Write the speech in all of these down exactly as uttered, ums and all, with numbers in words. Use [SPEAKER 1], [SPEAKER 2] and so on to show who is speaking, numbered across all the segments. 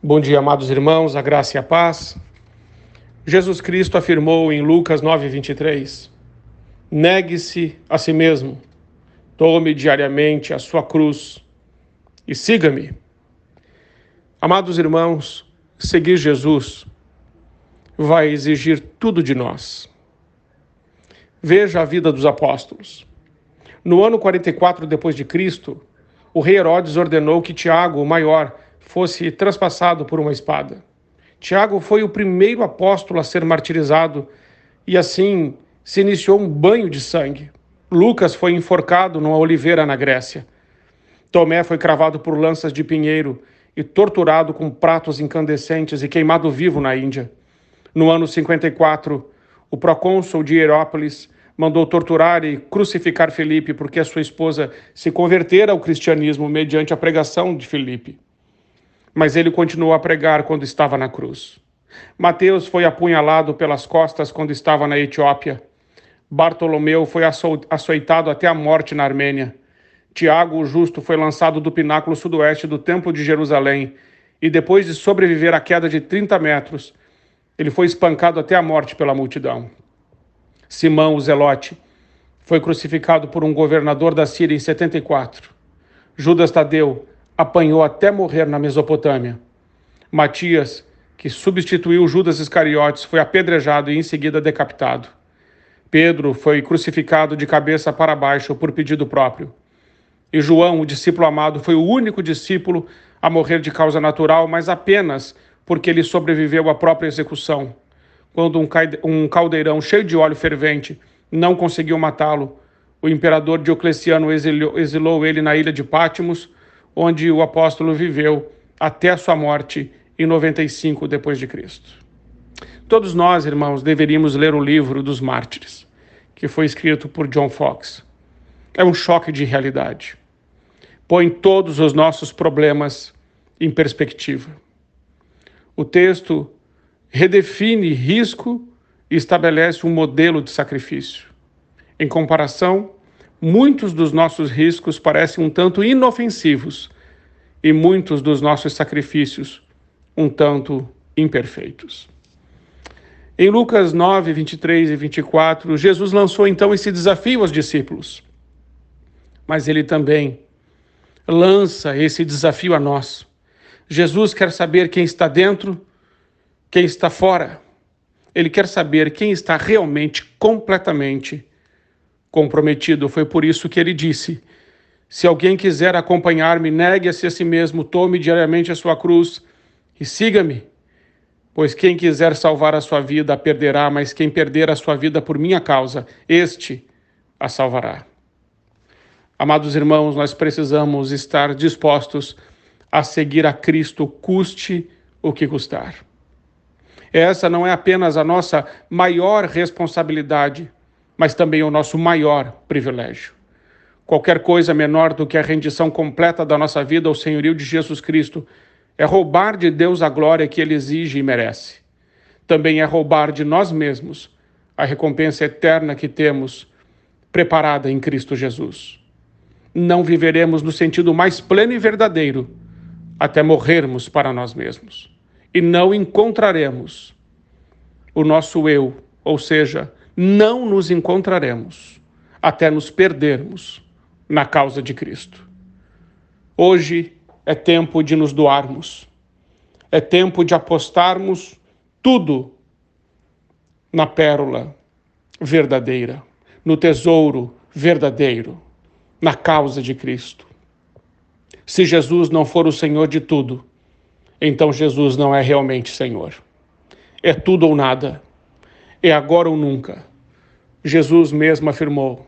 [SPEAKER 1] Bom dia, amados irmãos, a graça e a paz. Jesus Cristo afirmou em Lucas nove, vinte e três, negue-se a si mesmo, tome diariamente a sua cruz e siga-me. Amados irmãos, seguir Jesus vai exigir tudo de nós. Veja a vida dos apóstolos. No ano quarenta e quatro depois de Cristo, o rei Herodes ordenou que Tiago, o maior, fosse traspassado por uma espada. Tiago foi o primeiro apóstolo a ser martirizado e assim se iniciou um banho de sangue. Lucas foi enforcado numa oliveira na Grécia. Tomé foi cravado por lanças de pinheiro e torturado com pratos incandescentes e queimado vivo na Índia. No ano cinquenta e quatro, o procônsul de Hierápolis mandou torturar e crucificar Filipe porque a sua esposa se convertera ao cristianismo mediante a pregação de Filipe. Mas ele continuou a pregar quando estava na cruz. Mateus foi apunhalado pelas costas quando estava na Etiópia. Bartolomeu foi açoitado até a morte na Armênia. Tiago, o justo, foi lançado do pináculo sudoeste do Templo de Jerusalém e, depois de sobreviver à queda de trinta metros, ele foi espancado até a morte pela multidão. Simão, o Zelote, foi crucificado por um governador da Síria em setenta e quatro. Judas Tadeu apanhou até morrer na Mesopotâmia. Matias, que substituiu Judas Iscariotes, foi apedrejado e em seguida decapitado. Pedro foi crucificado de cabeça para baixo por pedido próprio. E João, o discípulo amado, foi o único discípulo a morrer de causa natural, mas apenas porque ele sobreviveu à própria execução. Quando um caldeirão cheio de óleo fervente não conseguiu matá-lo, o imperador Diocleciano exilou, exilou ele na ilha de Pátmos, onde o apóstolo viveu até a sua morte em noventa e cinco depois de Cristo. Todos nós, irmãos, deveríamos ler o livro dos Mártires, que foi escrito por John Fox. É um choque de realidade. Põe todos os nossos problemas em perspectiva. O texto redefine risco e estabelece um modelo de sacrifício. Em comparação, muitos dos nossos riscos parecem um tanto inofensivos e muitos dos nossos sacrifícios um tanto imperfeitos. Em Lucas nove, vinte e três e vinte e quatro, Jesus lançou então esse desafio aos discípulos. Mas ele também lança esse desafio a nós. Jesus quer saber quem está dentro, quem está fora. Ele quer saber quem está realmente, completamente comprometido. Foi por isso que ele disse: se alguém quiser acompanhar-me, negue-se a si mesmo, tome diariamente a sua cruz e siga-me. Pois quem quiser salvar a sua vida a perderá, mas quem perder a sua vida por minha causa, este a salvará. Amados irmãos, nós precisamos estar dispostos a seguir a Cristo, custe o que custar. Essa não é apenas a nossa maior responsabilidade, mas também o nosso maior privilégio. Qualquer coisa menor do que a rendição completa da nossa vida ao senhorio de Jesus Cristo é roubar de Deus a glória que Ele exige e merece. Também é roubar de nós mesmos a recompensa eterna que temos preparada em Cristo Jesus. Não viveremos no sentido mais pleno e verdadeiro até morrermos para nós mesmos. E não encontraremos o nosso eu, ou seja, não nos encontraremos até nos perdermos na causa de Cristo. Hoje é tempo de nos doarmos, é tempo de apostarmos tudo na pérola verdadeira, no tesouro verdadeiro, na causa de Cristo. Se Jesus não for o Senhor de tudo, então Jesus não é realmente Senhor. É tudo ou nada. É agora ou nunca. Jesus mesmo afirmou: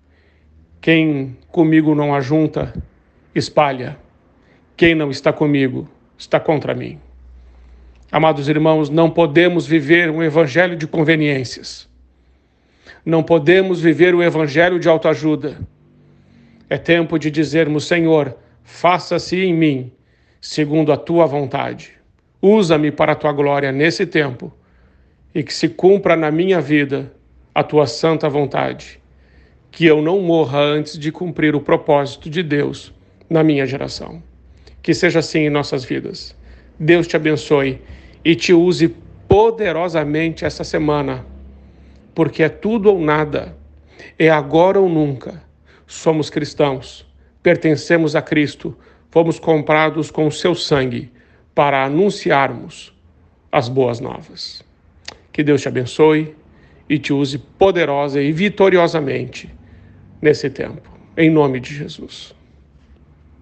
[SPEAKER 1] quem comigo não ajunta, espalha. Quem não está comigo, está contra mim. Amados irmãos, não podemos viver um evangelho de conveniências. Não podemos viver o evangelho de autoajuda. É tempo de dizermos: Senhor, faça-se em mim segundo a tua vontade. Usa-me para a tua glória nesse tempo e que se cumpra na minha vida a tua santa vontade. Que eu não morra antes de cumprir o propósito de Deus na minha geração. Que seja assim em nossas vidas. Deus te abençoe e te use poderosamente essa semana, porque é tudo ou nada, é agora ou nunca. Somos cristãos, pertencemos a Cristo, fomos comprados com o seu sangue para anunciarmos as boas novas. Que Deus te abençoe e te use poderosa e vitoriosamente nesse tempo. Em nome de Jesus.